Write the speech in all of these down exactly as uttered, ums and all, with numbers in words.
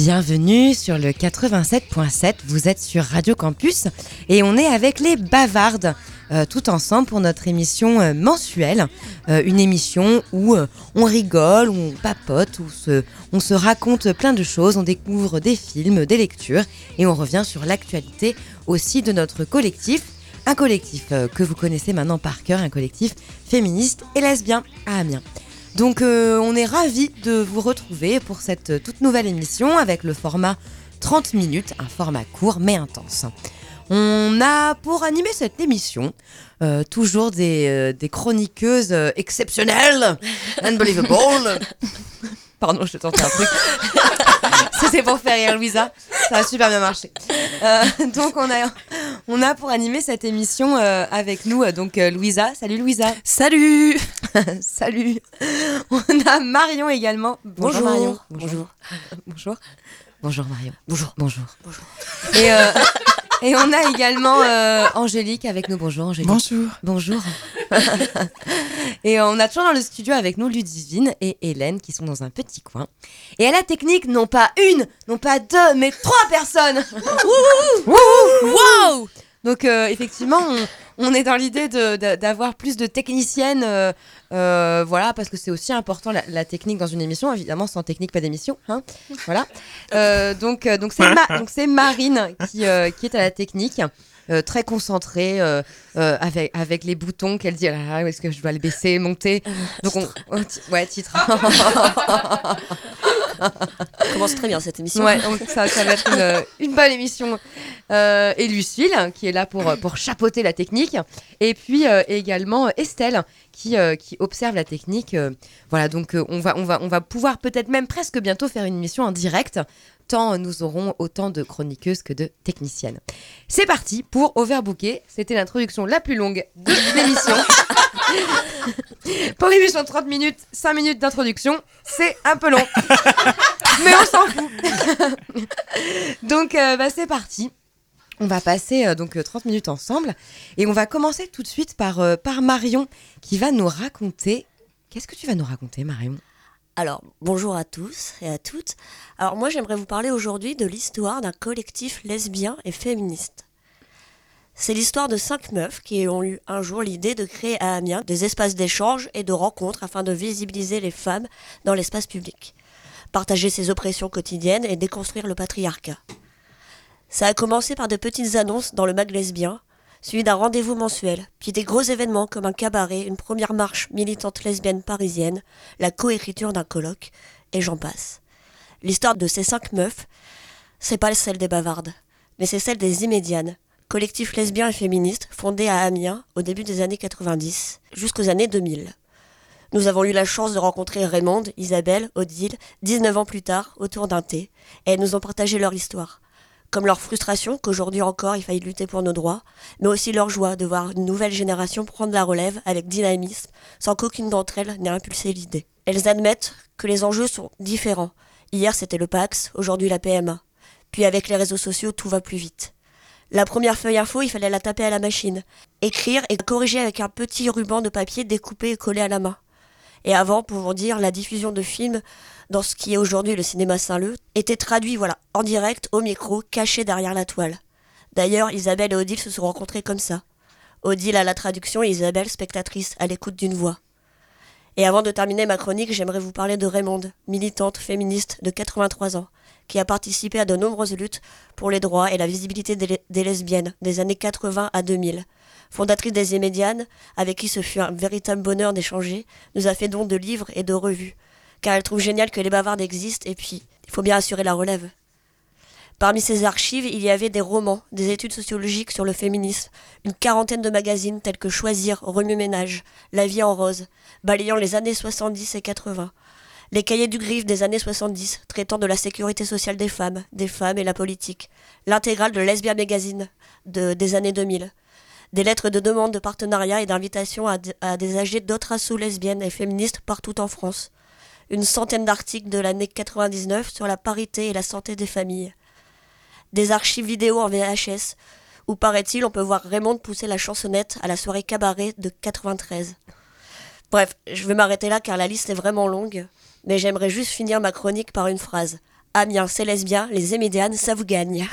Bienvenue sur le quatre-vingt-sept virgule sept, vous êtes sur Radio Campus et on est avec les Bavardes, euh, tout ensemble pour notre émission euh, mensuelle, euh, une émission où euh, on rigole, où on papote, où se, on se raconte plein de choses, on découvre des films, des lectures et on revient sur l'actualité aussi de notre collectif, un collectif euh, que vous connaissez maintenant par cœur, un collectif féministe et lesbien à Amiens. Donc euh, on est ravis de vous retrouver pour cette euh, toute nouvelle émission avec le format trente minutes, un format court mais intense. On a pour animer cette émission euh, toujours des, euh, des chroniqueuses euh, exceptionnelles, unbelievable. Pardon, je te tentais un truc. C'était pour faire rire Louisa, ça a super bien marché. Euh, donc on a, on a pour animer cette émission euh, avec nous euh, donc euh, Louisa. Salut Louisa. Salut. Salut. On a Marion également. Bonjour, Bonjour Marion. Bonjour. Bonjour. Bonjour Marion. Bonjour. Bonjour. Bonjour. Et, euh, et on a également euh, Angélique avec nous. Bonjour Angélique. Bonjour. Bonjour. Et on a toujours dans le studio avec nous Ludivine et Hélène qui sont dans un petit coin. Et à la technique, non pas une, non pas deux, mais trois personnes. Wow. Donc euh, effectivement, on, on est dans l'idée de, de, d'avoir plus de techniciennes, euh, euh, voilà, parce que c'est aussi important la, la technique dans une émission. Évidemment, sans technique, pas d'émission, hein. Voilà. Euh, donc, euh, donc c'est Ma- donc c'est Marine qui, euh, qui est à la technique. Euh, très concentrée euh, euh, avec, avec les boutons qu'elle dit ah, est-ce que je dois le baisser, monter donc on, on t- ouais titre Ça commence très bien cette émission. ouais donc ça, ça va être une, une bonne émission euh, et Lucille qui est là pour, pour chapeauter la technique et puis euh, également Estelle qui, euh, qui observe la technique euh, voilà donc euh, on, va, on, va, on va pouvoir peut-être même presque bientôt faire une émission en direct tant nous aurons autant de chroniqueuses que de techniciennes. C'est parti pour Overbooké. C'était l'introduction la plus longue de l'émission. Pour l'émission de trente minutes, cinq minutes d'introduction, c'est un peu long. Mais on s'en fout. Donc euh, bah, c'est parti. On va passer euh, donc trente minutes ensemble et on va commencer tout de suite par, euh, par Marion qui va nous raconter... Qu'est-ce que tu vas nous raconter, Marion ? Alors, bonjour à tous et à toutes. Alors moi, j'aimerais vous parler aujourd'hui de l'histoire d'un collectif lesbien et féministe. C'est l'histoire de cinq meufs qui ont eu un jour l'idée de créer à Amiens des espaces d'échange et de rencontres afin de visibiliser les femmes dans l'espace public, partager ses oppressions quotidiennes et déconstruire le patriarcat. Ça a commencé par de petites annonces dans le mag lesbien, suivi d'un rendez-vous mensuel, puis des gros événements comme un cabaret, une première marche militante lesbienne parisienne, la coécriture d'un colloque, et j'en passe. L'histoire de ces cinq meufs, c'est pas celle des Bavardes, mais c'est celle des Immédianes, collectif lesbien et féministe fondé à Amiens au début des années quatre-vingt-dix, jusqu'aux années deux mille. Nous avons eu la chance de rencontrer Raymonde, Isabelle, Odile, dix-neuf ans plus tard, autour d'un thé, et elles nous ont partagé leur histoire. Comme leur frustration qu'aujourd'hui encore il faille lutter pour nos droits, mais aussi leur joie de voir une nouvelle génération prendre la relève avec dynamisme, sans qu'aucune d'entre elles n'ait impulsé l'idée. Elles admettent que les enjeux sont différents. Hier c'était le Pacs, aujourd'hui la P M A. Puis avec les réseaux sociaux, tout va plus vite. La première feuille info, il fallait la taper à la machine, écrire et corriger avec un petit ruban de papier découpé et collé à la main. Et avant, pour vous dire, la diffusion de films dans ce qui est aujourd'hui le cinéma Saint-Leu était traduit voilà, en direct, au micro, caché derrière la toile. D'ailleurs, Isabelle et Odile se sont rencontrées comme ça. Odile à la traduction et Isabelle, spectatrice, à l'écoute d'une voix. Et avant de terminer ma chronique, j'aimerais vous parler de Raymonde, militante féministe de quatre-vingt-trois ans, qui a participé à de nombreuses luttes pour les droits et la visibilité des, des lesbiennes des années quatre-vingts à deux mille. Fondatrice des Immédianes, avec qui ce fut un véritable bonheur d'échanger, nous a fait don de livres et de revues, car elle trouve génial que les Bavardes existent et puis, il faut bien assurer la relève. Parmi ces archives, il y avait des romans, des études sociologiques sur le féminisme, une quarantaine de magazines tels que Choisir, Remue-Ménage, La vie en rose, balayant les années soixante-dix et quatre-vingts, les cahiers du Griffe des années soixante-dix, traitant de la sécurité sociale des femmes, des femmes et la politique, l'intégrale de Lesbia Magazine de, des années deux mille, des lettres de demande de partenariat et d'invitation à, d- à des A G d'autres assos lesbiennes et féministes partout en France, une centaine d'articles de l'année quatre-vingt-dix-neuf sur la parité et la santé des familles, des archives vidéo en V H S, où paraît-il on peut voir Raymonde pousser la chansonnette à la soirée cabaret de quatre-vingt-treize. Bref, je vais m'arrêter là car la liste est vraiment longue, mais j'aimerais juste finir ma chronique par une phrase. Amiens, c'est lesbien, les Émédianes, ça vous gagne.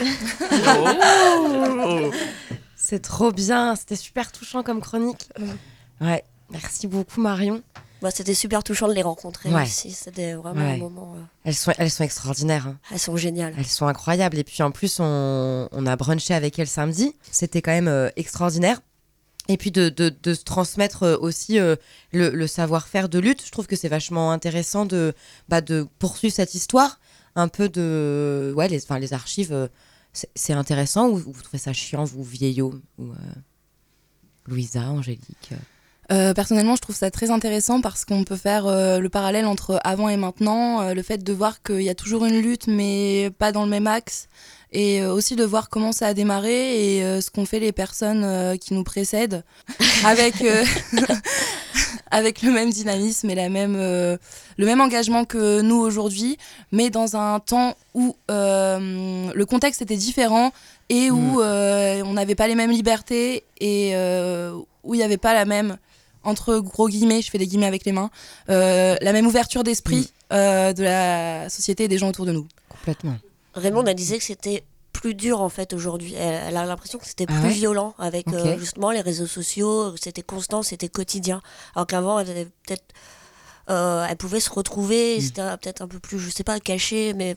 Oh c'est trop bien, c'était super touchant comme chronique. Ouais, merci beaucoup Marion. Bah, c'était super touchant de les rencontrer ouais. aussi, c'était vraiment ouais. un moment... Euh... Elles sont, elles sont extraordinaires. Hein. Elles sont géniales. Elles sont incroyables. Et puis en plus, on, on a brunché avec elles samedi. C'était quand même euh, extraordinaire. Et puis de, de, de se transmettre euh, aussi euh, le, le savoir-faire de lutte. Je trouve que c'est vachement intéressant de, bah, de poursuivre cette histoire. Un peu de... Ouais, les, les archives, euh, c'est, c'est intéressant. Ou vous trouvez ça chiant, vous, vieillots ou, euh, Louisa, Angélique euh... Euh, personnellement, je trouve ça très intéressant parce qu'on peut faire euh, le parallèle entre avant et maintenant, euh, le fait de voir qu'il y a toujours une lutte mais pas dans le même axe, et euh, aussi de voir comment ça a démarré et euh, ce qu'ont fait les personnes euh, qui nous précèdent avec, euh, avec le même dynamisme et la même, euh, le même engagement que nous aujourd'hui, mais dans un temps où euh, le contexte était différent et où euh, on n'avait pas les mêmes libertés et euh, où il n'y avait pas la même... entre gros guillemets, je fais des guillemets avec les mains, euh, la même ouverture d'esprit mmh. euh, de la société et des gens autour de nous. Complètement. Raymond a disait que c'était plus dur en fait aujourd'hui. Elle, elle a l'impression que c'était ah plus ouais violent avec okay. euh, justement les réseaux sociaux, c'était constant, c'était quotidien. Alors qu'avant, elle avait peut-être, euh, elle pouvait se retrouver, mmh. c'était peut-être un peu plus, je sais pas, caché, mais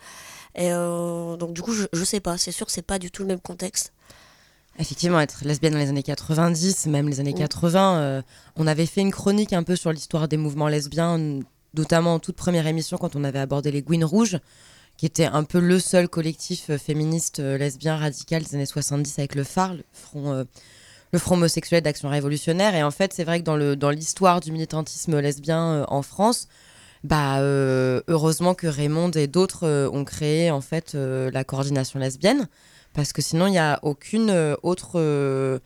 et euh, donc du coup, je, je sais pas. C'est sûr que c'est pas du tout le même contexte. Effectivement, être lesbienne dans les années quatre-vingt-dix, même les années quatre-vingts, euh, on avait fait une chronique un peu sur l'histoire des mouvements lesbiens, notamment en toute première émission quand on avait abordé les Gouines Rouges, qui était un peu le seul collectif féministe euh, lesbien radical des années soixante-dix avec le phare, le front, euh, le front homosexuel d'action révolutionnaire. Et en fait, c'est vrai que dans, le, dans l'histoire du militantisme lesbien euh, en France, bah, euh, heureusement que Raymond et d'autres euh, ont créé en fait euh, la coordination lesbienne. Parce que sinon, il n'y a aucune euh, autre euh,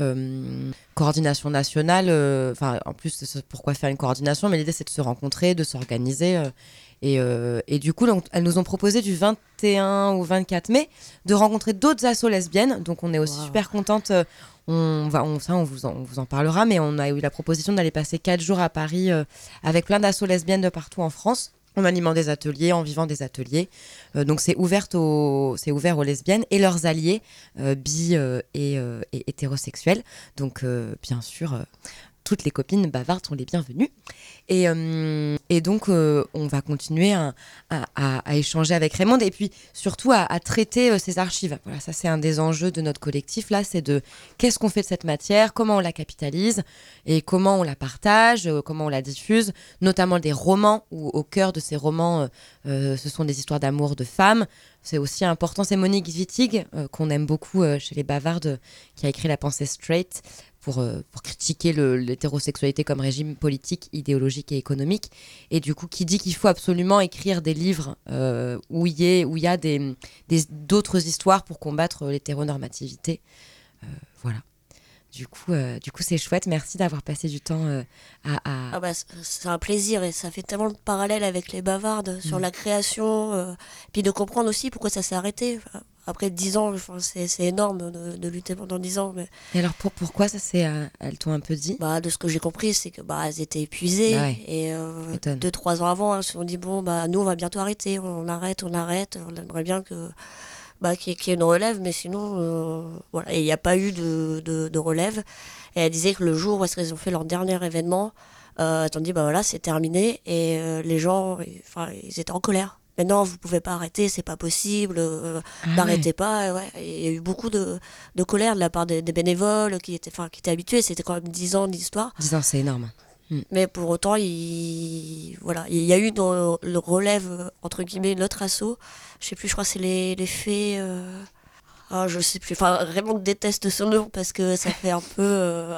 euh, coordination nationale. Enfin, euh, en plus, c'est pourquoi faire une coordination, mais l'idée, c'est de se rencontrer, de s'organiser. Euh, et, euh, et du coup, donc, elles nous ont proposé du vingt et un au vingt-quatre mai de rencontrer d'autres assos lesbiennes. Donc, on est aussi wow. super contente. On, va, on, ça, on vous, en, on vous en parlera, mais on a eu la proposition d'aller passer quatre jours à Paris euh, avec plein d'assos lesbiennes de partout en France. En animant des ateliers, en vivant des ateliers. Euh, donc c'est, aux, c'est ouvert aux lesbiennes et leurs alliés, euh, bi euh, et, euh, et hétérosexuels. Donc euh, bien sûr, euh, toutes les copines bavardes sont les bienvenues. Et, euh, et donc euh, on va continuer à, à, à, à échanger avec Raymond et puis surtout à, à traiter euh, ces archives. Voilà, ça c'est un des enjeux de notre collectif là, c'est de qu'est-ce qu'on fait de cette matière, comment on la capitalise et comment on la partage, euh, comment on la diffuse, notamment des romans où au cœur de ces romans, euh, euh, ce sont des histoires d'amour de femmes. C'est aussi important, c'est Monique Wittig, euh, qu'on aime beaucoup euh, chez les bavardes, qui a écrit La pensée straight, pour, euh, pour critiquer le, l'hétérosexualité comme régime politique, idéologique et économique. Et du coup, qui dit qu'il faut absolument écrire des livres euh, où il y, où y a des, des, d'autres histoires pour combattre l'hétéronormativité. Euh, voilà. Du coup, euh, du coup, c'est chouette. Merci d'avoir passé du temps euh, à... à... Ah bah, c'est un plaisir et ça fait tellement de parallèles avec les bavardes sur mmh. la création. Euh, puis de comprendre aussi pourquoi ça s'est arrêté. Enfin, après dix ans, enfin, c'est, c'est énorme de, de lutter pendant dix ans. Mais... Et alors, pour, pourquoi ça s'est... Euh, elles t'ont un peu dit bah, de ce que j'ai compris, c'est que bah, elles étaient épuisées. Bah ouais. Et euh, deux, trois ans avant, elles se sont dit, bon, bah, nous, on va bientôt arrêter. On arrête, on arrête. On aimerait bien que... Bah, qu'il y ait une relève, mais sinon, euh, voilà. Et il n'y a pas eu de, de, de relève. Et elle disait que le jour où elles ont fait leur dernier événement, euh, elles ont dit, bah voilà, c'est terminé. Et euh, les gens, enfin, ils étaient en colère. Mais non, vous ne pouvez pas arrêter, c'est pas possible, euh, ah n'arrêtez ouais. pas. Et ouais. Et il y a eu beaucoup de, de colère de la part des, des bénévoles qui étaient, qui étaient habitués. C'était quand même dix ans d'histoire. dix ans, c'est énorme. Mais pour autant, il, voilà, il y a eu dans le relève, entre guillemets, l'autre assaut. Je sais plus, je crois que c'est les, les fées... Euh... Ah, je sais plus. Enfin, Raymond déteste ce nom parce que ça fait un peu... Euh...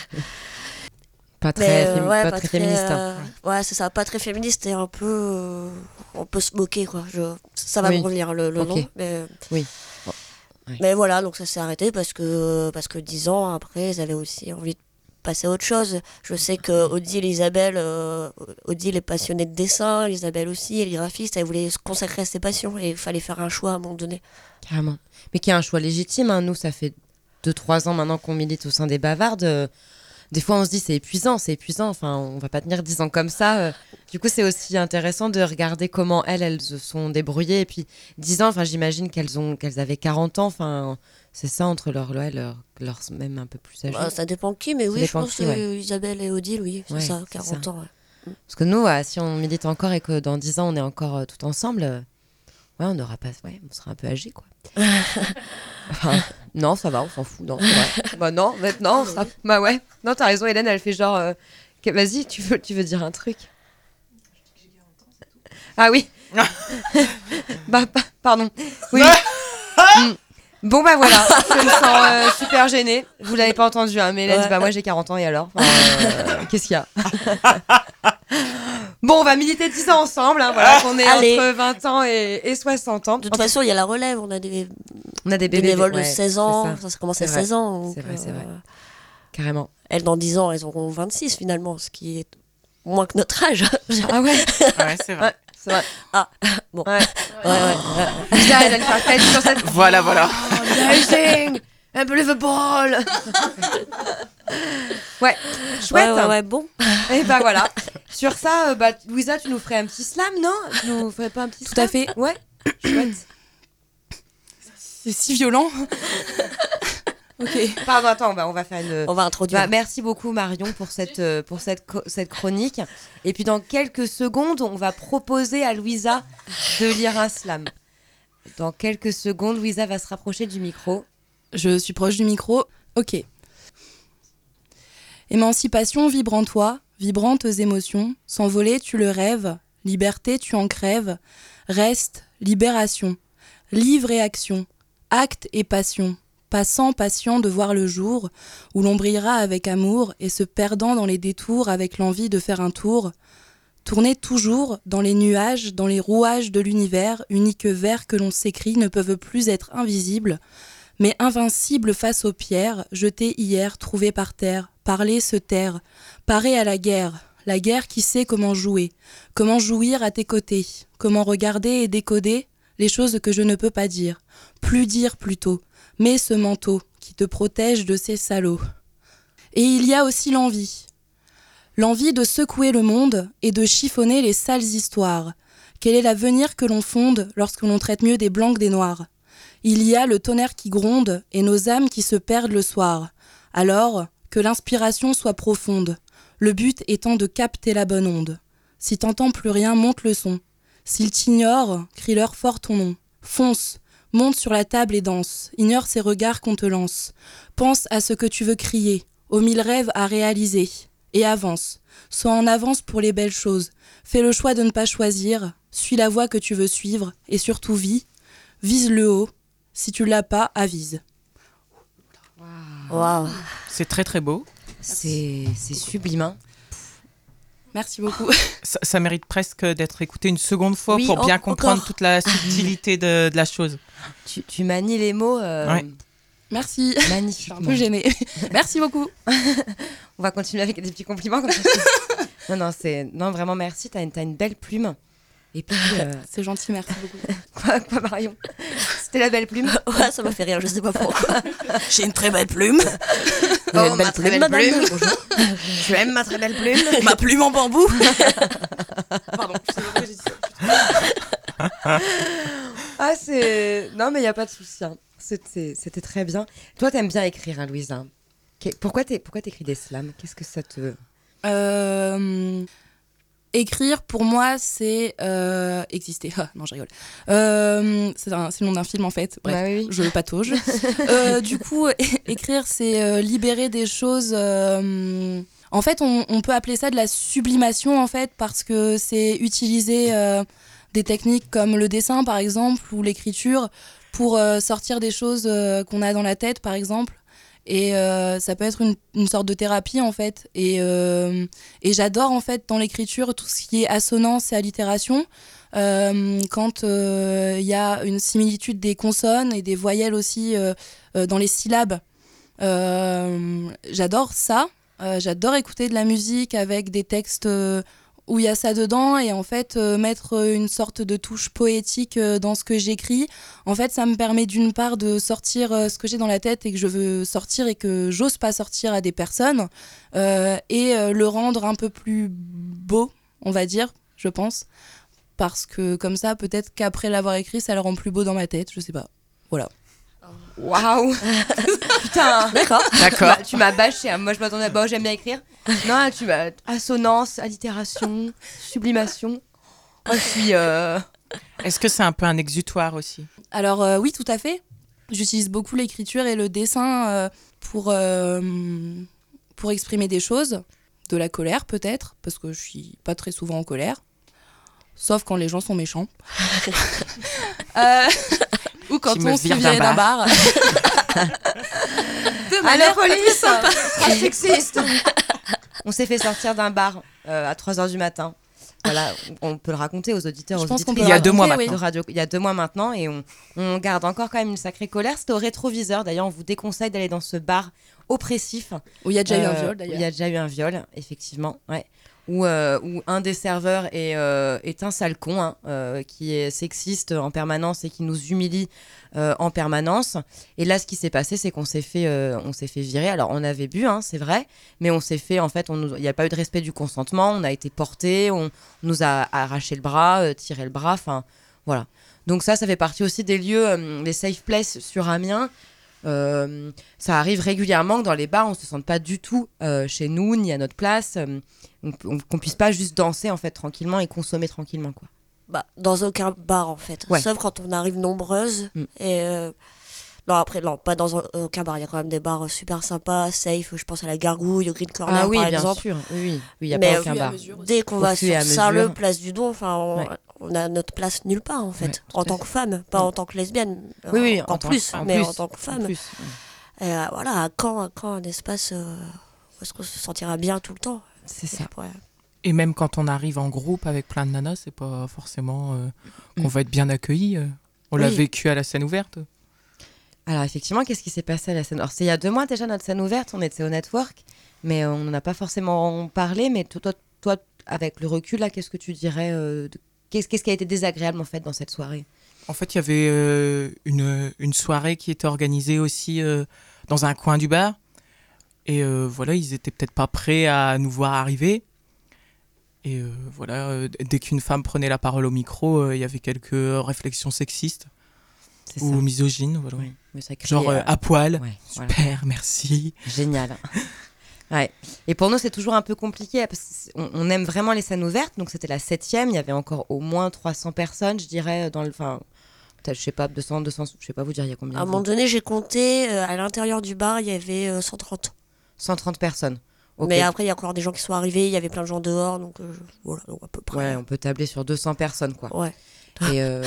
Pas très, Mais, fémi- ouais, pas pas très très, féministe. Euh... Hein. Ouais, c'est ça, pas très féministe et un peu... Euh... On peut se moquer, quoi. Je... Ça va oui. me revenir, le, le okay. nom. Mais... Oui. Oh. Ouais. Mais voilà, donc ça s'est arrêté parce que, parce que dix ans après, ils avaient aussi envie de passer à autre chose. Je sais que Odile et Isabelle, euh, Odile est passionnée de dessin, Isabelle aussi, elle est graphiste, elle voulait se consacrer à ses passions et il fallait faire un choix à un moment donné. Carrément. Mais qui est un choix légitime. Hein. Nous, ça fait deux trois ans maintenant qu'on milite au sein des bavardes. Euh, des fois on se dit c'est épuisant, c'est épuisant, enfin on va pas tenir dix ans comme ça. euh. Du coup c'est aussi intéressant de regarder comment elles, elles se sont débrouillées. Et puis dix ans, enfin j'imagine qu'elles ont, qu'elles avaient quarante ans, enfin c'est ça entre leurs, ouais, leurs, leurs même un peu plus âgées. Bah, ça dépend qui, mais Ça oui, je dépend pense qui, que ouais. Isabelle et Odile, oui, c'est Ouais, ça, c'est quarante ça. ans. Ouais. Parce que nous, ouais, si on milite encore et que dans dix ans on est encore euh, tout ensemble, euh, ouais on aura pas, ouais, on sera un peu âgés quoi. Enfin, non, ça va, on s'en fout. Non, c'est vrai. Bah non, maintenant, on sera... Bah ouais. Non, t'as raison, Hélène, elle fait genre... euh, que- Vas-y, tu veux, tu veux dire un truc. Ah oui. Bah, pa- pardon. Oui. Mm. Bon, bah voilà, je me sens euh, super gênée. Vous l'avez pas entendu, hein, mais Hélène Ouais. dit, bah moi j'ai quarante ans et alors Enfin, euh, qu'est-ce qu'il y a. Bon, on va militer dix ans ensemble, hein, voilà, qu'on est Allez. entre vingt ans et, et soixante ans. De toute façon, il y a la relève, on a des On a des bébés bénévoles ouais, de seize c'est ans, ça. ça, ça commence C'est à vrai. seize ans. donc, C'est vrai, c'est vrai. euh, Carrément. Elles, dans dix ans, elles auront vingt-six finalement, ce qui est moins que notre âge. Ah ouais. Ouais, c'est vrai. Ouais, c'est vrai. Ah, bon. Ouais. Ouais, ouais, ouais. Lisa, elle a une parfaite sur cette. Voilà, voilà. Amazing! Unbelievable! Ouais, chouette! Ouais, ouais, ouais, bon. Et bah voilà. Sur ça, euh, bah, Louisa, tu nous ferais un petit slam, non? Tu nous ferais pas un petit Tout slam? à fait. Ouais, chouette. C'est si violent. Ok. Pardon, attends, on va, on va faire une. On va introduire. Bah, merci beaucoup Marion pour cette, euh, pour cette, co- cette chronique. Et puis dans quelques secondes, on va proposer à Louisa de lire un slam. Dans quelques secondes, Louisa va se rapprocher du micro. Je suis proche du micro. Ok. Émancipation vibre en toi, vibrantes émotions. S'envoler, tu le rêves. Liberté, tu en crèves. Reste, libération. Livre et action. Acte et passion. Passant, patient de voir le jour, où l'on brillera avec amour et se perdant dans les détours avec l'envie de faire un tour. Tourner toujours dans les nuages, dans les rouages de l'univers, uniques vers que l'on s'écrit ne peuvent plus être invisibles, mais invincibles face aux pierres, jetées hier, trouvées par terre, parler, se taire, parer à la guerre, la guerre qui sait comment jouer, comment jouir à tes côtés, comment regarder et décoder les choses que je ne peux pas dire, plus dire plutôt, mais ce manteau qui te protège de ces salauds. Et il y a aussi l'envie. L'envie de secouer le monde et de chiffonner les sales histoires. Quel est l'avenir que l'on fonde lorsque l'on traite mieux des blancs que des noirs? Il y a le tonnerre qui gronde et nos âmes qui se perdent le soir. Alors, que l'inspiration soit profonde, le but étant de capter la bonne onde. Si t'entends plus rien, monte le son. S'ils t'ignorent, crie-leur fort ton nom. Fonce, monte sur la table et danse. Ignore ces regards qu'on te lance. Pense à ce que tu veux crier, aux mille rêves à réaliser. Et avance. Sois en avance pour les belles choses. Fais le choix de ne pas choisir. Suis la voie que tu veux suivre. Et surtout vis. Vise le haut. Si tu l'as pas, avise. Waouh. C'est très très beau. C'est, c'est sublime. Hein. Merci beaucoup. Ça, ça mérite presque d'être écouté une seconde fois Oui, pour bien en- comprendre encore. toute la subtilité de, de la chose. Tu, tu manies les mots euh, Ouais. Merci. Je suis un magnifiquement. peu gênée. Merci beaucoup. On va continuer avec des petits compliments comme ça. non, non, c'est... non, vraiment merci. T'as une, t'as une belle plume. Et puis, euh, C'est gentil, merci beaucoup. quoi, quoi, Marion? C'était la belle plume. Ouais, ça m'a fait rire, je sais pas pourquoi. J'ai une très belle plume. Vous avez une belle plume, madame. Bonjour. Tu aimes ma très belle plume? Ma plume en bambou. Pardon, je sais pas pourquoi j'ai dit ça. Ah, c'est... Non, mais il n'y a pas de souci. Hein. C'était, c'était très bien. Toi, t'aimes bien écrire, hein, Louisa. Qu'est- Pourquoi, t'es... Pourquoi t'écris des slams? Qu'est-ce que ça te... Euh, écrire, pour moi, c'est euh, exister. Ah, non, je rigole. Euh, c'est, un- c'est le nom d'un film, en fait. Bref, Bah oui, oui. je patauge. Euh, du coup, écrire, c'est euh, libérer des choses... euh, En fait, on, on peut appeler ça de la sublimation, en fait, parce que c'est utiliser euh, des techniques comme le dessin, par exemple, ou l'écriture, pour euh, sortir des choses euh, qu'on a dans la tête, par exemple. Et euh, ça peut être une, une sorte de thérapie, en fait. Et, euh, et j'adore, en fait, dans l'écriture, tout ce qui est assonance et allitération. Euh, quand il euh, y a une similitude des consonnes et des voyelles aussi euh, euh, dans les syllabes. Euh, j'adore ça. Euh, j'adore écouter de la musique avec des textes euh, où il y a ça dedans et en fait euh, mettre une sorte de touche poétique euh, dans ce que j'écris. En fait, ça me permet d'une part de sortir euh, ce que j'ai dans la tête et que je veux sortir et que j'ose pas sortir à des personnes euh, et euh, le rendre un peu plus beau, on va dire, je pense. Parce que comme ça, peut-être qu'après l'avoir écrit, ça le rend plus beau dans ma tête, je sais pas. Voilà. Waouh. Putain. D'accord. D'accord. Tu m'as bâché. Hein. Moi, je m'attendais. Bon, j'aime bien écrire. Non, tu m'as. Assonance, allitération, sublimation. Moi, je suis. Euh... Est-ce que c'est un peu un exutoire aussi? Alors euh, oui, tout à fait. J'utilise beaucoup l'écriture et le dessin euh, pour, euh, pour exprimer des choses. De la colère peut-être, parce que je suis pas très souvent en colère. Sauf quand les gens sont méchants. euh, ou quand Qui me on se vire vient d'un d'un bar. De À la manière police. Trop sexiste. On s'est fait sortir d'un bar euh, à trois heures du matin. Voilà, on peut le raconter aux auditeurs, Je aux pense qu'on auditrices. peut Il y a le deux mois raconter, de oui. radio, il y a deux mois maintenant et on, on garde encore quand même une sacrée colère. C'était au Rétroviseur. D'ailleurs, on vous déconseille d'aller dans ce bar oppressif. Où il y a déjà eu un Euh, viol où d'ailleurs. Il y a déjà eu un viol, effectivement. Ouais. Où, euh, où un des serveurs est, euh, est un sale con, hein, euh, qui est sexiste en permanence et qui nous humilie euh, en permanence. Et là, ce qui s'est passé, c'est qu'on s'est fait, euh, on s'est fait virer. Alors, on avait bu, hein, c'est vrai, mais on s'est fait, en fait, on nous- il n'y a pas eu de respect du consentement. On a été portés, on nous a arraché le bras, euh, tiré le bras, enfin, voilà. Donc ça, ça fait partie aussi des lieux, euh, les safe places sur Amiens. Euh, ça arrive régulièrement que dans les bars, on ne se sente pas du tout euh, chez nous, ni à notre place, euh, on- on- qu'on puisse pas juste danser en fait tranquillement et consommer tranquillement, quoi. Bah, dans aucun bar en fait, Ouais. sauf quand on arrive nombreuses. Mm. Et euh, non, après, non, pas dans un- aucun bar. Il y a quand même des bars super sympas, safe. Je pense à la Gargouille, au Green Corner Ah oui, par bien exemple. sûr, oui, oui, il n'y a Mais pas au aucun fur et à bar. mesure. Dès qu'on Au va fur et à sur Saint-Leu, mesure. place du Don, enfin, on, Ouais. on a notre place nulle part en fait, Ouais, tout en à tant fait. que femme, pas Mm. en tant que lesbienne. Oui, oui, en, en tant- plus, en mais plus, en tant que en femme. plus, ouais. Et euh, voilà, à Caen, à Caen, un espace euh, où est-ce qu'on se sentira bien tout le temps. C'est ça. Ouais. Et même quand on arrive en groupe avec plein de nanas, c'est pas forcément euh, qu'on Mm. va être bien accueilli. euh. On l'a Oui. vécu à la scène ouverte. Alors effectivement, qu'est-ce qui s'est passé à la scène? Alors c'est il y a deux mois déjà notre scène ouverte, on était au Network, mais euh, on n'en a pas forcément parlé. Mais toi, toi, toi, avec le recul là, qu'est-ce que tu dirais euh, de- qu'est-ce, qu'est-ce qui a été désagréable en fait dans cette soirée? En fait, il y avait euh, une, une soirée qui était organisée aussi euh, dans un coin du bar. Et euh, voilà, ils étaient peut-être pas prêts à nous voir arriver. Et euh, voilà, euh, dès qu'une femme prenait la parole au micro, euh, il y avait quelques réflexions sexistes C'est ou ça. misogynes. Voilà. Oui, mais ça crée, Genre euh, euh, à poil. ouais, voilà. Super, merci. Génial. Ouais. Et pour nous, c'est toujours un peu compliqué parce qu'on on aime vraiment les scènes ouvertes. Donc c'était la septième. Il y avait encore au moins trois cents personnes, je dirais, dans le. Enfin, peut-être, je sais pas, deux cents, deux cents, je sais pas vous dire, il y a combien À un vous moment donné, j'ai compté, euh, à l'intérieur du bar, il y avait euh, cent trente. cent trente personnes. Ok. Mais après, il y a encore des gens qui sont arrivés, il y avait plein de gens dehors, donc euh, je- voilà, donc à peu près. Ouais, on peut tabler sur deux cents personnes, quoi. Ouais. Et euh...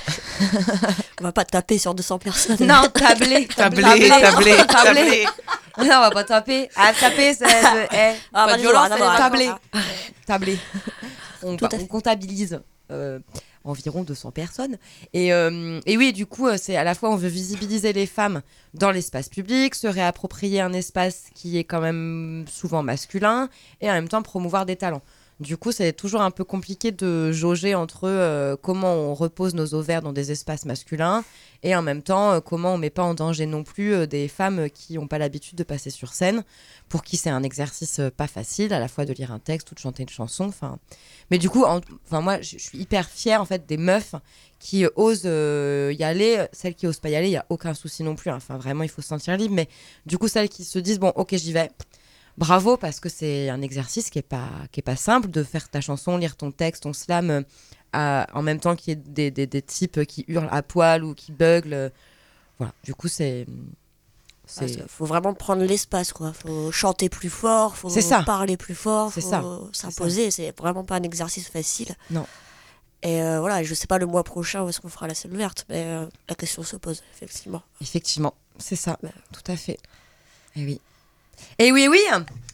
On va pas taper sur deux cents personnes. non, tabler, Tablé, tablé, tablé. Non, on va pas taper. Ah, taper, c'est. c'est- eh, Ah, pas bah, de dis donc, violence, ah, c'est non, non, tabler. ah. Tabler. On, Tout à on fait. comptabilise euh, environ deux cents personnes. Et, euh, et oui, du coup, euh, c'est à la fois on veut visibiliser les femmes dans l'espace public, se réapproprier un espace qui est quand même souvent masculin, et en même temps promouvoir des talents. Du coup, c'est toujours un peu compliqué de jauger entre euh, comment on repose nos ovaires dans des espaces masculins et en même temps euh, comment on met pas en danger non plus euh, des femmes qui n'ont pas l'habitude de passer sur scène, pour qui c'est un exercice euh, pas facile, à la fois de lire un texte ou de chanter une chanson. Enfin, mais du coup, en- enfin moi, je je suis hyper fière en fait des meufs qui euh, osent euh, y aller. Celles qui osent pas y aller, il y a aucun souci non plus, hein. Enfin, vraiment, il faut se sentir libre. Mais du coup, celles qui se disent bon, ok, j'y vais. Bravo, parce que c'est un exercice qui est pas qui est pas simple de faire ta chanson, lire ton texte, ton slam, euh, à- en même temps qu'il y ait des, des, des types qui hurlent à poil ou qui buglent. euh, voilà. Du coup, c'est c'est Il faut vraiment prendre l'espace, quoi. Faut chanter plus fort, faut C'est ça. parler plus fort, C'est faut ça. s'imposer. C'est vraiment pas un exercice facile. Non. Et euh, voilà, je sais pas le mois prochain où est-ce qu'on fera la scène ouverte, mais euh, la question se pose, effectivement. effectivement, c'est ça, Ouais. tout à fait. Et oui. Et oui, oui.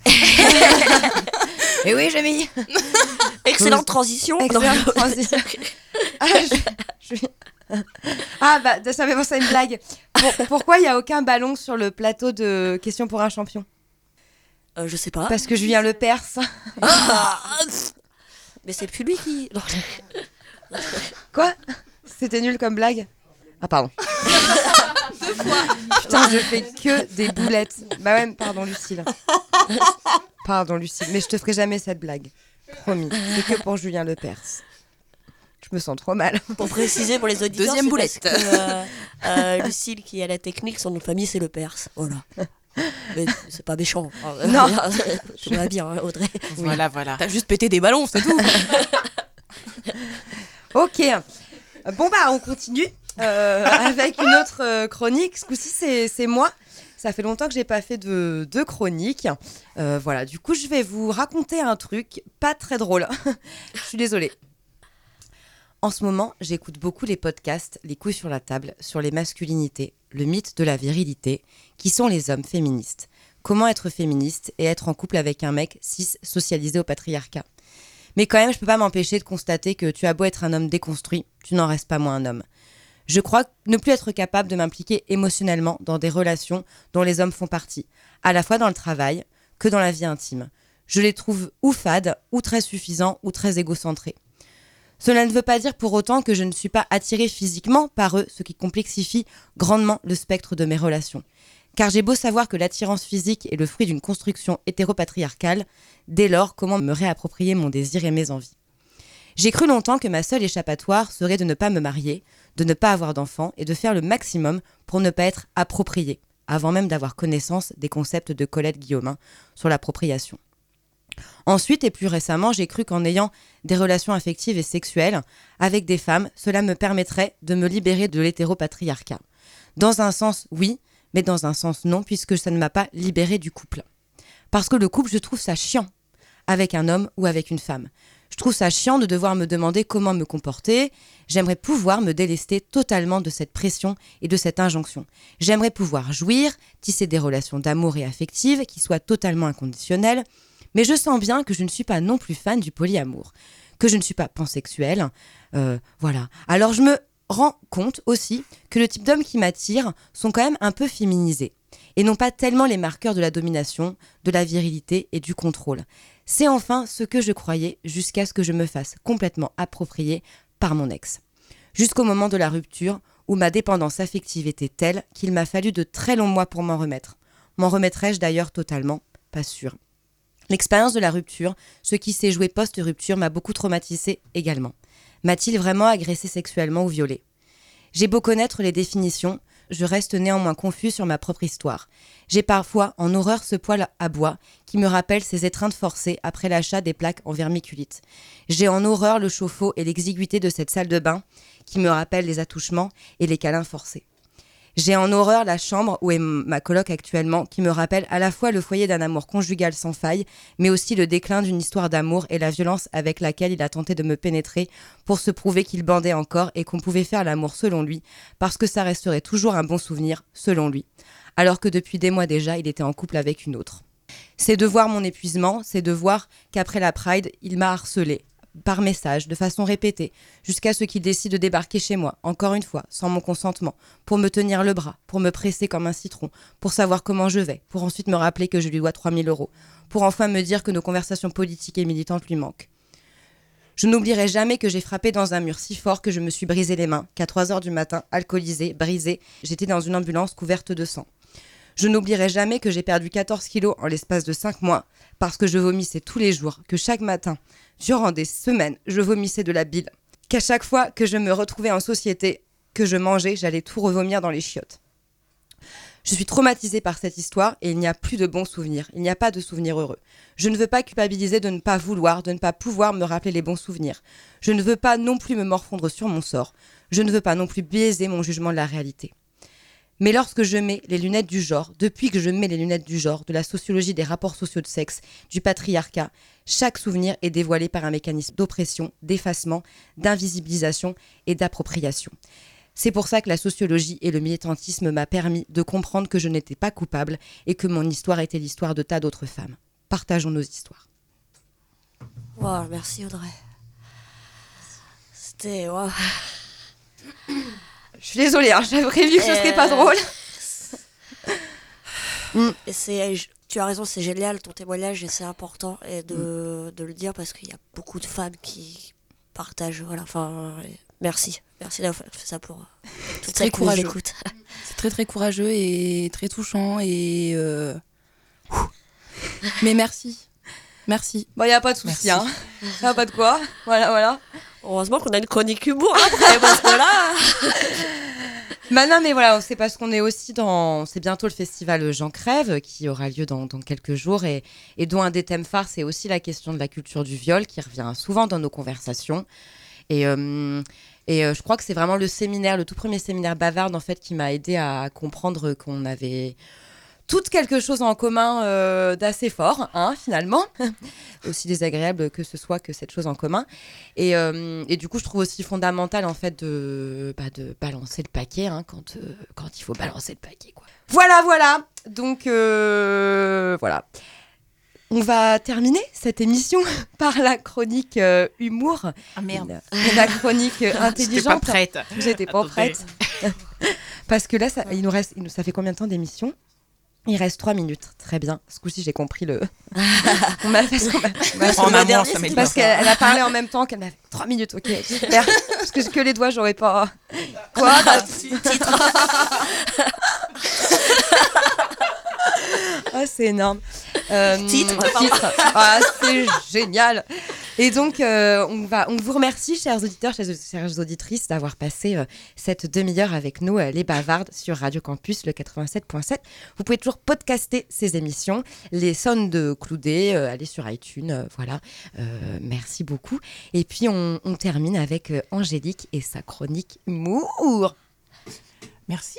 Et oui, j'ai mis. Excellente transition. Excellente Non. transition. Ah, je- je- Ah, bah, ça me fait penser à une blague. Pour- pourquoi il n'y a aucun ballon sur le plateau de Questions pour un champion? Euh, je sais pas. Parce que Julien Lepers. Mais c'est plus lui qui... Non. Quoi ? C'était nul comme blague ? Ah, pardon. Deux fois. Putain, je fais que des boulettes. Bah ouais, pardon, Lucille. Pardon, Lucille. Mais je te ferai jamais cette blague. Promis. C'est que pour Julien Lepers. Je me sens trop mal. Pour préciser pour les auditeurs, Deuxième c'est boulette. parce que, euh, euh, Lucille, qui a la technique, son nom de famille, c'est Lepers. Voilà. Mais c'est pas méchant. Non. Tout va bien, hein, Audrey. Voilà, voilà. T'as juste pété des ballons, c'est tout. Ok. Bon bah on continue euh, avec une autre euh, chronique. Ce coup-ci c'est, c'est moi. Ça fait longtemps que j'ai pas fait de, de chronique. Euh, voilà, du coup je vais vous raconter un truc pas très drôle. Je suis désolée. En ce moment, j'écoute beaucoup les podcasts Les couilles sur la table sur les masculinités, le mythe de la virilité, qui sont les hommes féministes. Comment être féministe et être en couple avec un mec cis socialisé au patriarcat. Mais quand même, je peux pas m'empêcher de constater que tu as beau être un homme déconstruit, tu n'en restes pas moins un homme. Je crois ne plus être capable de m'impliquer émotionnellement dans des relations dont les hommes font partie, à la fois dans le travail que dans la vie intime. Je les trouve ou fades, ou très suffisants, ou très égocentrés. Cela ne veut pas dire pour autant que je ne suis pas attirée physiquement par eux, ce qui complexifie grandement le spectre de mes relations. Car j'ai beau savoir que l'attirance physique est le fruit d'une construction hétéropatriarcale, dès lors, comment me réapproprier mon désir et mes envies ? J'ai cru longtemps que ma seule échappatoire serait de ne pas me marier, de ne pas avoir d'enfants et de faire le maximum pour ne pas être appropriée, avant même d'avoir connaissance des concepts de Colette Guillaumin sur l'appropriation. Ensuite et plus récemment, j'ai cru qu'en ayant des relations affectives et sexuelles avec des femmes, cela me permettrait de me libérer de l'hétéropatriarcat. Dans un sens, oui, mais dans un sens non, puisque ça ne m'a pas libérée du couple. Parce que le couple, je trouve ça chiant, avec un homme ou avec une femme. Je trouve ça chiant de devoir me demander comment me comporter. J'aimerais pouvoir me délester totalement de cette pression et de cette injonction. J'aimerais pouvoir jouir, tisser des relations d'amour et affectives qui soient totalement inconditionnelles, mais je sens bien que je ne suis pas non plus fan du polyamour, que je ne suis pas pansexuelle, euh, voilà. Alors je me rends compte aussi que le type d'hommes qui m'attirent sont quand même un peu féminisés, et non pas tellement les marqueurs de la domination, de la virilité et du contrôle. C'est enfin ce que je croyais jusqu'à ce que je me fasse complètement approprier par mon ex. Jusqu'au moment de la rupture, où ma dépendance affective était telle qu'il m'a fallu de très longs mois pour m'en remettre. M'en remettrai-je d'ailleurs totalement ? Pas sûr. L'expérience de la rupture, ce qui s'est joué post-rupture, m'a beaucoup traumatisée également. M'a-t-il vraiment agressé sexuellement ou violée ? J'ai beau connaître les définitions, je reste néanmoins confus sur ma propre histoire. J'ai parfois en horreur ce poêle à bois qui me rappelle ces étreintes forcées après l'achat des plaques en vermiculite. J'ai en horreur le chauffe-eau et l'exiguïté de cette salle de bain qui me rappelle les attouchements et les câlins forcés. J'ai en horreur la chambre où est ma coloc actuellement, qui me rappelle à la fois le foyer d'un amour conjugal sans faille, mais aussi le déclin d'une histoire d'amour et la violence avec laquelle il a tenté de me pénétrer pour se prouver qu'il bandait encore et qu'on pouvait faire l'amour selon lui, parce que ça resterait toujours un bon souvenir, selon lui, alors que depuis des mois déjà, il était en couple avec une autre. C'est de voir mon épuisement, c'est de voir qu'après la Pride, il m'a harcelée, par message, de façon répétée, jusqu'à ce qu'il décide de débarquer chez moi, encore une fois, sans mon consentement, pour me tenir le bras, pour me presser comme un citron, pour savoir comment je vais, pour ensuite me rappeler que je lui dois trois mille euros, pour enfin me dire que nos conversations politiques et militantes lui manquent. Je n'oublierai jamais que j'ai frappé dans un mur si fort que je me suis brisé les mains, qu'à trois heures du matin, alcoolisée, brisée, j'étais dans une ambulance couverte de sang. Je n'oublierai jamais que j'ai perdu quatorze kilos en l'espace de cinq mois parce que je vomissais tous les jours, que chaque matin, durant des semaines, je vomissais de la bile, qu'à chaque fois que je me retrouvais en société, que je mangeais, j'allais tout revomir dans les chiottes. Je suis traumatisée par cette histoire et il n'y a plus de bons souvenirs, il n'y a pas de souvenirs heureux. Je ne veux pas culpabiliser de ne pas vouloir, de ne pas pouvoir me rappeler les bons souvenirs. Je ne veux pas non plus me morfondre sur mon sort. Je ne veux pas non plus biaiser mon jugement de la réalité. Mais lorsque je mets les lunettes du genre, depuis que je mets les lunettes du genre, de la sociologie des rapports sociaux de sexe, du patriarcat, chaque souvenir est dévoilé par un mécanisme d'oppression, d'effacement, d'invisibilisation et d'appropriation. C'est pour ça que la sociologie et le militantisme m'a permis de comprendre que je n'étais pas coupable et que mon histoire était l'histoire de tas d'autres femmes. Partageons nos histoires. Wow, merci Audrey. C'était... Wow. Je suis désolée, hein, j'avais prévu que ce serait pas drôle. Et c'est, tu as raison, c'est génial ton témoignage et c'est important et de, mm. de le dire parce qu'il y a beaucoup de femmes qui partagent. Voilà, enfin, merci. Merci d'avoir fait ça pour toutes celles qui nous écoutent. C'est très très courageux et très touchant et euh... mais merci. Merci. Bon, il n'y a pas de souci, hein. Il n'y a pas de quoi. Voilà, voilà. Heureusement qu'on a une chronique humour après, parce que là... Bah non, mais voilà, c'est parce qu'on est aussi dans... C'est bientôt le festival J'en crève, qui aura lieu dans, dans quelques jours, et, et dont un des thèmes phares, c'est aussi la question de la culture du viol, qui revient souvent dans nos conversations. Et, euh, et euh, je crois que c'est vraiment le séminaire, le tout premier séminaire Bavarde, en fait, qui m'a aidé à comprendre qu'on avait... toutes quelque chose en commun euh, d'assez fort, hein, finalement. Aussi désagréable que ce soit que cette chose en commun. Et, euh, et du coup, je trouve aussi fondamental, en fait, de, bah, de balancer le paquet, hein, quand, euh, quand il faut balancer le paquet, quoi. Voilà, voilà. Donc, euh, voilà. On va terminer cette émission par la chronique euh, humour. Ah merde. La, la chronique euh, intelligente. J'étais pas prête. J'étais pas Attendez. prête. Parce que là, ça, il nous reste, il nous, ça fait combien de temps d'émission ? Il reste trois minutes. Très bien. Ce coup-ci, j'ai compris le. on m'a fait on m'a, on m'a En amont, ça m'aide parce pas. qu'elle a parlé en même temps qu'elle m'a fait trois minutes. Ok, super. Parce que que les doigts, j'aurais pas. Quoi ? Titre. Ah, c'est énorme. Euh, Titre. titre. Ah, c'est génial. Et donc, euh, on, va, on vous remercie, chers auditeurs, chères, chères auditrices, d'avoir passé euh, cette demi-heure avec nous, euh, les Bavardes, sur Radio Campus, le quatre-vingt-sept point sept. Vous pouvez toujours podcaster ces émissions, les sons de Cloudé, euh, aller sur iTunes, euh, voilà. Euh, merci beaucoup. Et puis, on, on termine avec euh, Angélique et sa chronique humour. Merci.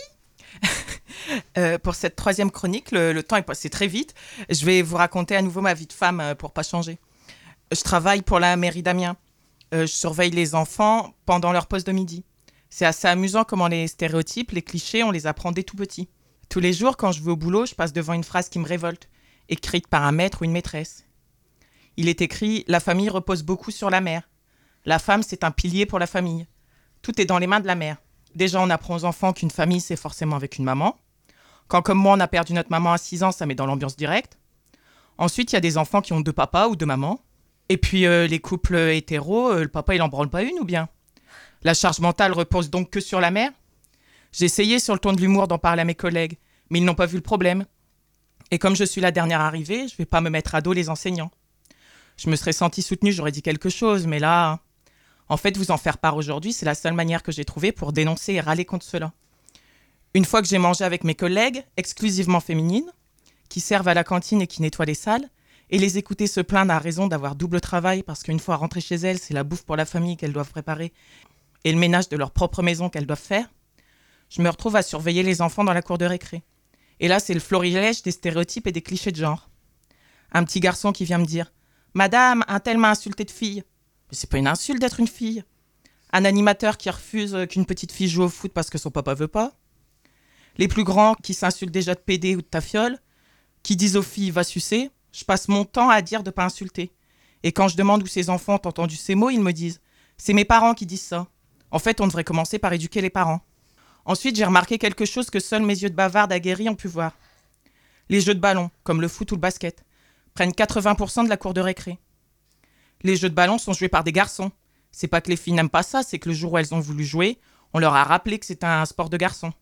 Euh, pour cette troisième chronique, le, le temps est passé très vite. Je vais vous raconter à nouveau ma vie de femme euh, pour pas changer. Je travaille pour la mairie d'Amiens. Euh, je surveille les enfants pendant leur pause de midi. C'est assez amusant comment les stéréotypes, les clichés, on les apprend dès tout petit. Tous les jours, quand je vais au boulot, je passe devant une phrase qui me révolte, écrite par un maître ou une maîtresse. Il est écrit « La famille repose beaucoup sur la mère. La femme, c'est un pilier pour la famille. Tout est dans les mains de la mère. » Déjà, on apprend aux enfants qu'une famille, c'est forcément avec une maman. Quand, comme moi, on a perdu notre maman à six ans, ça met dans l'ambiance directe. Ensuite, il y a des enfants qui ont deux papas ou deux mamans. Et puis, euh, les couples hétéros, euh, le papa, il en branle pas une ou bien ? La charge mentale repose donc que sur la mère ? J'ai essayé, sur le ton de l'humour, d'en parler à mes collègues, mais ils n'ont pas vu le problème. Et comme je suis la dernière arrivée, je vais pas me mettre à dos les enseignants. Je me serais sentie soutenue, j'aurais dit quelque chose, mais là... En fait, vous en faire part aujourd'hui, c'est la seule manière que j'ai trouvée pour dénoncer et râler contre cela. Une fois que j'ai mangé avec mes collègues, exclusivement féminines, qui servent à la cantine et qui nettoient les salles, et les écouter se plaindre à raison d'avoir double travail parce qu'une fois rentrées chez elles, c'est la bouffe pour la famille qu'elles doivent préparer et le ménage de leur propre maison qu'elles doivent faire, je me retrouve à surveiller les enfants dans la cour de récré. Et là, c'est le florilège des stéréotypes et des clichés de genre. Un petit garçon qui vient me dire « Madame, un tel m'a insulté de fille ». Mais c'est pas une insulte d'être une fille. Un animateur qui refuse qu'une petite fille joue au foot parce que son papa veut pas. Les plus grands qui s'insultent déjà de pédé ou de tafiole, qui disent aux filles « va sucer ». Je passe mon temps à dire de pas insulter. Et quand je demande où ces enfants ont entendu ces mots, ils me disent « c'est mes parents qui disent ça ». En fait, on devrait commencer par éduquer les parents. Ensuite, j'ai remarqué quelque chose que seuls mes yeux de bavarde aguerris ont pu voir. Les jeux de ballon, comme le foot ou le basket, prennent quatre-vingts pour cent de la cour de récré. Les jeux de ballon sont joués par des garçons. C'est pas que les filles n'aiment pas ça, c'est que le jour où elles ont voulu jouer, on leur a rappelé que c'était un sport de garçon.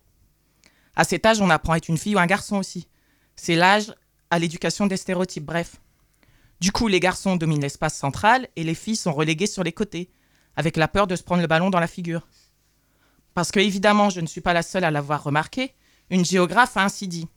À cet âge, on apprend à être une fille ou un garçon aussi. C'est l'âge à l'éducation des stéréotypes, bref. Du coup, les garçons dominent l'espace central et les filles sont reléguées sur les côtés, avec la peur de se prendre le ballon dans la figure. Parce que, évidemment, je ne suis pas la seule à l'avoir remarqué, une géographe a ainsi dit.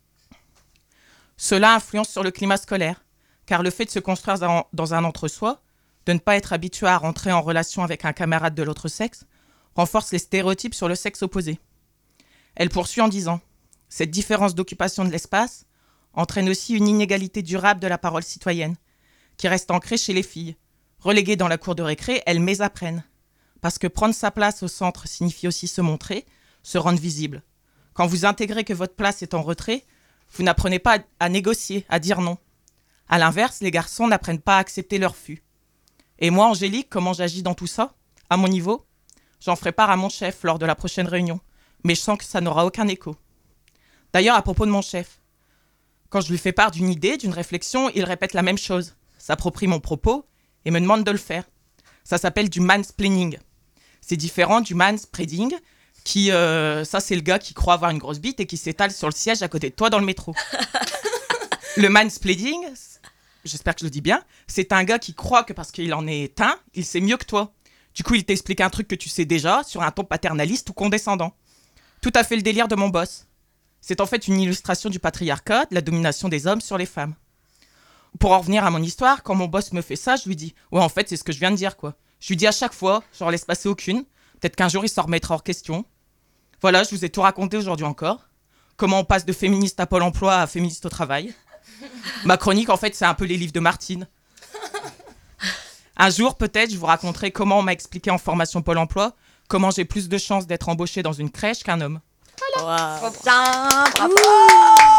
Cela influence sur le climat scolaire, car le fait de se construire dans, dans un entre-soi, de ne pas être habitué à rentrer en relation avec un camarade de l'autre sexe, renforce les stéréotypes sur le sexe opposé. Elle poursuit en disant « Cette différence d'occupation de l'espace entraîne aussi une inégalité durable de la parole citoyenne, qui reste ancrée chez les filles. Reléguées dans la cour de récré, elles mésapprennent. Parce que prendre sa place au centre signifie aussi se montrer, se rendre visible. Quand vous intégrez que votre place est en retrait, vous n'apprenez pas à, à négocier, à dire non. À l'inverse, les garçons n'apprennent pas à accepter leur fût. Et moi, Angélique, comment j'agis dans tout ça ? À mon niveau ? J'en ferai part à mon chef lors de la prochaine réunion, mais je sens que ça n'aura aucun écho. D'ailleurs, à propos de mon chef, Quand je lui fais part d'une idée, d'une réflexion, il répète la même chose, s'approprie mon propos et me demande de le faire. Ça s'appelle du mansplaining. C'est différent du manspreading, qui, euh, ça c'est le gars qui croit avoir une grosse bite et qui s'étale sur le siège à côté de toi dans le métro. Le mansplaining, j'espère que je le dis bien, c'est un gars qui croit que parce qu'il en est un, il sait mieux que toi. Du coup, il t'explique un truc que tu sais déjà sur un ton paternaliste ou condescendant. Tout à fait le délire de mon boss. C'est en fait une illustration du patriarcat, de la domination des hommes sur les femmes. Pour en revenir à mon histoire, quand mon boss me fait ça, je lui dis « Ouais, en fait, c'est ce que je viens de dire, quoi. » Je lui dis à chaque fois, j'en laisse passer aucune. Peut-être qu'un jour, il s'en remettra hors question. Voilà, je vous ai tout raconté aujourd'hui encore. Comment on passe de féministe à Pôle emploi à féministe au travail. Ma chronique, en fait, c'est un peu les livres de Martine. Un jour, peut-être, je vous raconterai comment on m'a expliqué en formation Pôle emploi comment j'ai plus de chances d'être embauchée dans une crèche qu'un homme. Voilà. Wow. Trop bien, bravo.